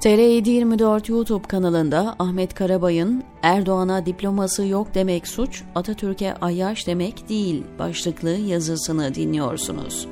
TR724 YouTube kanalında Ahmet Karabay'ın "Erdoğan'a diploması yok demek suç, Atatürk'e ayyaş demek değil" başlıklı yazısını dinliyorsunuz.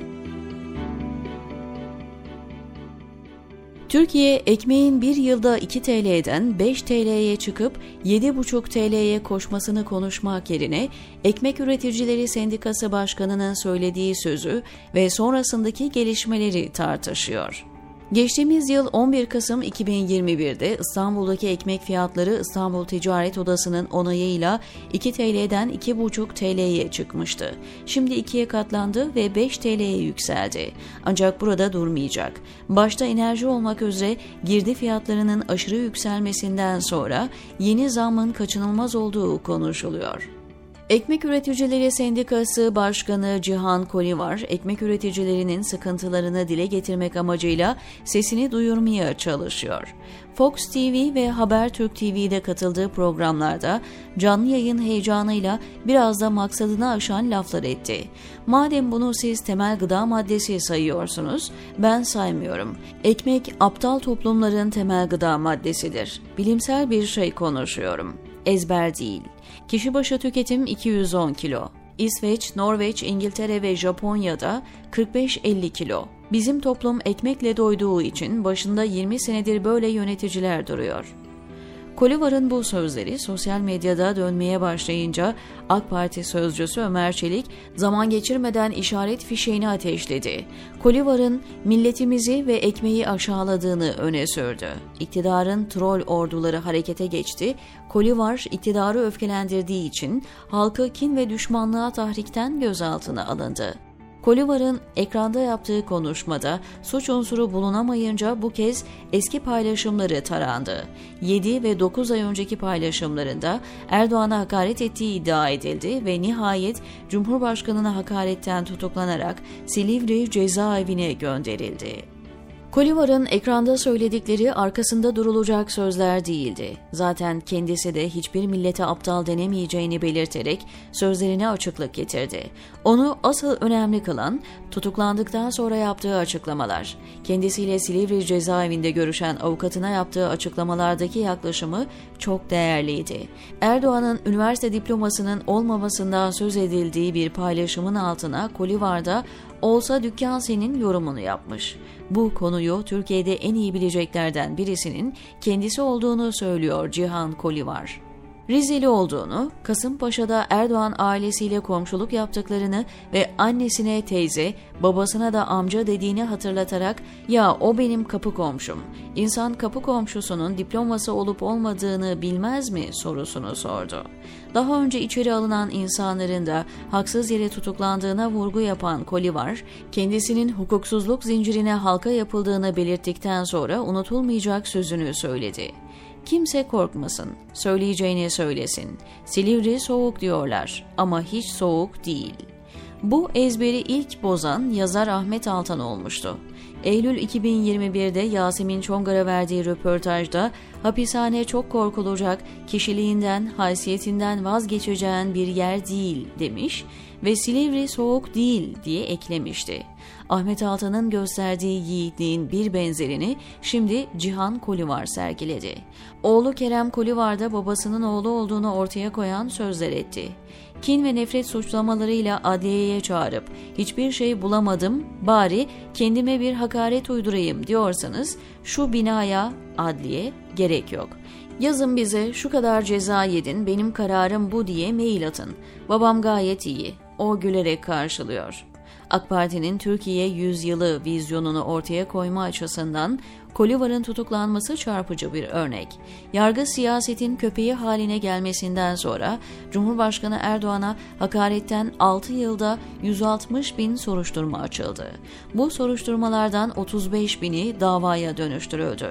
Türkiye, ekmeğin bir yılda 2 TL'den 5 TL'ye çıkıp 7,5 TL'ye koşmasını konuşmak yerine Ekmek Üreticileri Sendikası Başkanı'nın söylediği sözü ve sonrasındaki gelişmeleri tartışıyor. Geçtiğimiz yıl 11 Kasım 2021'de İstanbul'daki ekmek fiyatları İstanbul Ticaret Odası'nın onayıyla 2 TL'den 2,5 TL'ye çıkmıştı. Şimdi 2'ye katlandı ve 5 TL'ye yükseldi. Ancak burada durmayacak. Başta enerji olmak üzere girdi fiyatlarının aşırı yükselmesinden sonra yeni zammın kaçınılmaz olduğu konuşuluyor. Ekmek Üreticileri Sendikası Başkanı Cihan Kolivar, ekmek üreticilerinin sıkıntılarını dile getirmek amacıyla sesini duyurmaya çalışıyor. Fox TV ve Habertürk TV'de katıldığı programlarda canlı yayın heyecanıyla biraz da maksadını aşan laflar etti. "Madem bunu siz temel gıda maddesi sayıyorsunuz, ben saymıyorum. Ekmek aptal toplumların temel gıda maddesidir. Bilimsel bir şey konuşuyorum. Ezber değil. Kişi başı tüketim 210 kilo. İsveç, Norveç, İngiltere ve Japonya'da 45-50 kilo. Bizim toplum ekmekle doyduğu için başında 20 senedir böyle yöneticiler duruyor." Kolivar'ın bu sözleri sosyal medyada dönmeye başlayınca AK Parti sözcüsü Ömer Çelik zaman geçirmeden işaret fişeğini ateşledi. Kolivar'ın milletimizi ve ekmeği aşağıladığını öne sürdü. İktidarın troll orduları harekete geçti. Kolivar iktidarı öfkelendirdiği için halkı kin ve düşmanlığa tahrikten gözaltına alındı. Kolivar'ın ekranda yaptığı konuşmada suç unsuru bulunamayınca bu kez eski paylaşımları tarandı. 7 ve 9 ay önceki paylaşımlarında Erdoğan'a hakaret ettiği iddia edildi ve nihayet Cumhurbaşkanı'na hakaretten tutuklanarak Silivri cezaevine gönderildi. Kolivar'ın ekranda söyledikleri arkasında durulacak sözler değildi. Zaten kendisi de hiçbir millete aptal denemeyeceğini belirterek sözlerine açıklık getirdi. Onu asıl önemli kılan tutuklandıktan sonra yaptığı açıklamalar. Kendisiyle Silivri cezaevinde görüşen avukatına yaptığı açıklamalardaki yaklaşımı çok değerliydi. Erdoğan'ın üniversite diplomasının olmamasından söz edildiği bir paylaşımın altına Kolivar'da "olsa dükkan senin" yorumunu yapmış. Bu konuyu Türkiye'de en iyi bileceklerden birisinin kendisi olduğunu söylüyor Cihan Kolivar. Rizeli olduğunu, Kasımpaşa'da Erdoğan ailesiyle komşuluk yaptıklarını ve annesine teyze, babasına da amca dediğini hatırlatarak "ya o benim kapı komşum, İnsan kapı komşusunun diploması olup olmadığını bilmez mi?" sorusunu sordu. Daha önce içeri alınan insanların da haksız yere tutuklandığına vurgu yapan Kolivar, kendisinin hukuksuzluk zincirine halka yapıldığını belirttikten sonra unutulmayacak sözünü söyledi. "Kimse korkmasın, söyleyeceğini söylesin. Silivri soğuk diyorlar ama hiç soğuk değil." Bu ezberi ilk bozan yazar Ahmet Altan olmuştu. Eylül 2021'de Yasemin Çongar'a verdiği röportajda "hapishane çok korkulacak, kişiliğinden, haysiyetinden vazgeçeceğin bir yer değil" demiş ve "Silivri soğuk değil" diye eklemişti. Ahmet Altan'ın gösterdiği yiğitliğin bir benzerini şimdi Cihan Kolivar sergiledi. Oğlu Kerem Kolivar da babasının oğlu olduğunu ortaya koyan sözler etti. Kin ve nefret suçlamalarıyla adliyeye çağırıp "hiçbir şey bulamadım, bari kendime bir hakaret uydurayım" diyorsanız şu binaya, adliye gerek yok. Yazın bize "şu kadar ceza yedin, benim kararım bu" diye mail atın. Babam gayet iyi, o gülerek karşılıyor. AK Parti'nin Türkiye Yüzyılı vizyonunu ortaya koyma açısından Kolivar'ın tutuklanması çarpıcı bir örnek. Yargı siyasetin köpeği haline gelmesinden sonra Cumhurbaşkanı Erdoğan'a hakaretten 6 yılda 160 bin soruşturma açıldı. Bu soruşturmalardan 35 bini davaya dönüştürüldü.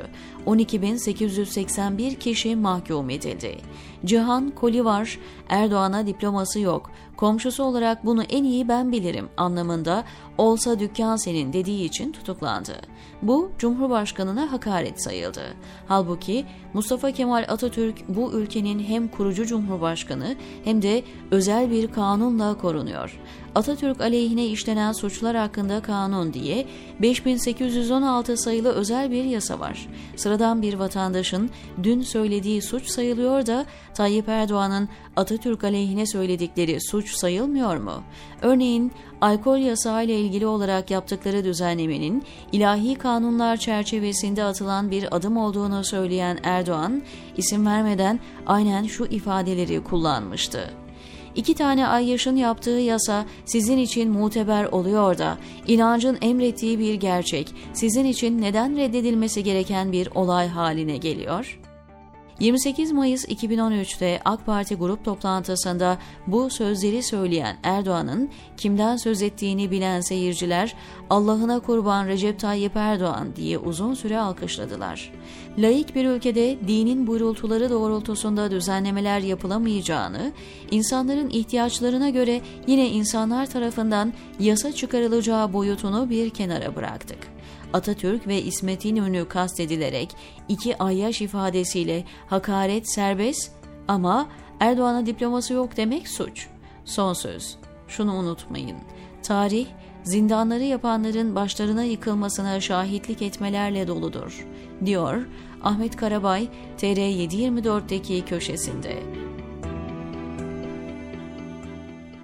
12.881 kişi mahkum edildi. Cihan Kolivar, Erdoğan'a diploması yok, komşusu olarak bunu en iyi ben bilirim anlamında "olsa dükkan senin" dediği için tutuklandı. Bu Cumhurbaşkanı'na hakaret sayıldı. Halbuki Mustafa Kemal Atatürk bu ülkenin hem kurucu Cumhurbaşkanı hem de özel bir kanunla korunuyor. Atatürk aleyhine işlenen suçlar hakkında kanun diye 5816 sayılı özel bir yasa var. Sıradan bir vatandaşın dün söylediği suç sayılıyor da Tayyip Erdoğan'ın Atatürk aleyhine söyledikleri suç sayılmıyor mu? Örneğin alkol yasağı ile ilgili olarak yaptıkları düzenlemenin ilahi kanunlar çerçevesinde atılan bir adım olduğunu söyleyen Erdoğan, isim vermeden aynen şu ifadeleri kullanmıştı. 2 tane ayyaşın yaptığı yasa sizin için muteber oluyor da, inancın emrettiği bir gerçek sizin için neden reddedilmesi gereken bir olay haline geliyor? 28 Mayıs 2013'te AK Parti grup toplantısında bu sözleri söyleyen Erdoğan'ın kimden söz ettiğini bilen seyirciler "Allah'ına kurban Recep Tayyip Erdoğan" diye uzun süre alkışladılar. Laik bir ülkede dinin buyrultuları doğrultusunda düzenlemeler yapılamayacağını, insanların ihtiyaçlarına göre yine insanlar tarafından yasa çıkarılacağı boyutunu bir kenara bıraktık. Atatürk ve İsmet İnönü kastedilerek 2 ayyaş ifadesiyle hakaret serbest ama Erdoğan'a diploması yok demek suç. Son söz. Şunu unutmayın. Tarih, zindanları yapanların başlarına yıkılmasına şahitlik etmelerle doludur, diyor Ahmet Karabay TR724'deki köşesinde.